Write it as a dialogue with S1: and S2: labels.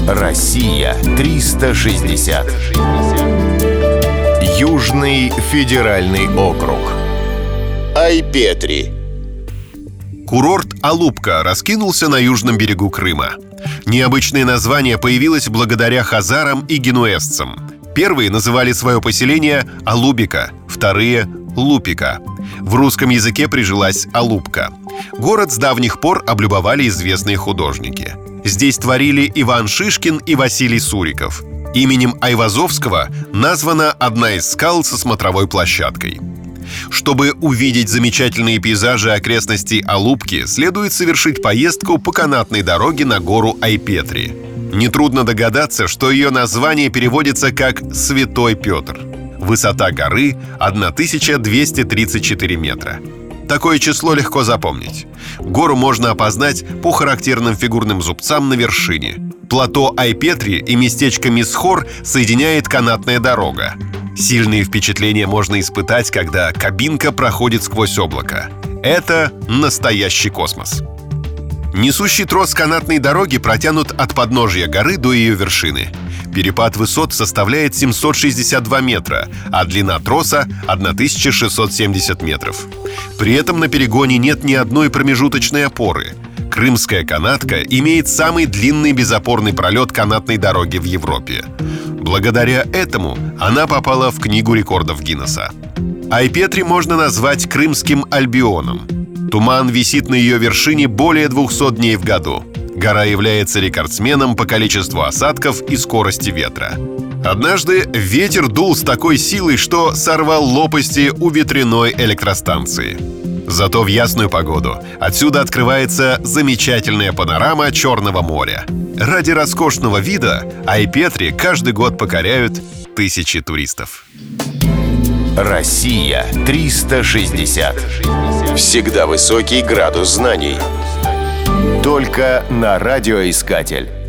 S1: Россия 360. Южный федеральный округ. Айпетри.
S2: Курорт Алупка раскинулся на южном берегу Крыма. Необычное название появилось благодаря хазарам и генуэзцам. Первые называли свое поселение Алубика, вторые — Лупика. В русском языке прижилась Алупка. Город с давних пор облюбовали известные художники. Здесь творили Иван Шишкин и Василий Суриков. Именем Айвазовского названа одна из скал со смотровой площадкой. Чтобы увидеть замечательные пейзажи окрестностей Алупки, следует совершить поездку по канатной дороге на гору Айпетри. Нетрудно догадаться, что ее название переводится как «Святой Петр». Высота горы — 1234 метра. Такое число легко запомнить. Гору можно опознать по характерным фигурным зубцам на вершине. Плато Айпетри и местечко Мисхор соединяет канатная дорога. Сильные впечатления можно испытать, когда кабинка проходит сквозь облако. Это настоящий космос. Несущий трос канатной дороги протянут от подножия горы до ее вершины. Перепад высот составляет 762 метра, а длина троса — 1670 метров. При этом на перегоне нет ни одной промежуточной опоры. Крымская канатка имеет самый длинный безопорный пролет канатной дороги в Европе. Благодаря этому она попала в Книгу рекордов Гиннесса. Айпетри можно назвать крымским Альбионом. Туман висит на ее вершине более 200 дней в году. Гора является рекордсменом по количеству осадков и скорости ветра. Однажды ветер дул с такой силой, что сорвал лопасти у ветряной электростанции. Зато в ясную погоду отсюда открывается замечательная панорама Черного моря. Ради роскошного вида Айпетри каждый год покоряют тысячи туристов.
S1: Россия 360. Всегда высокий градус знаний. Только на радиоискатель.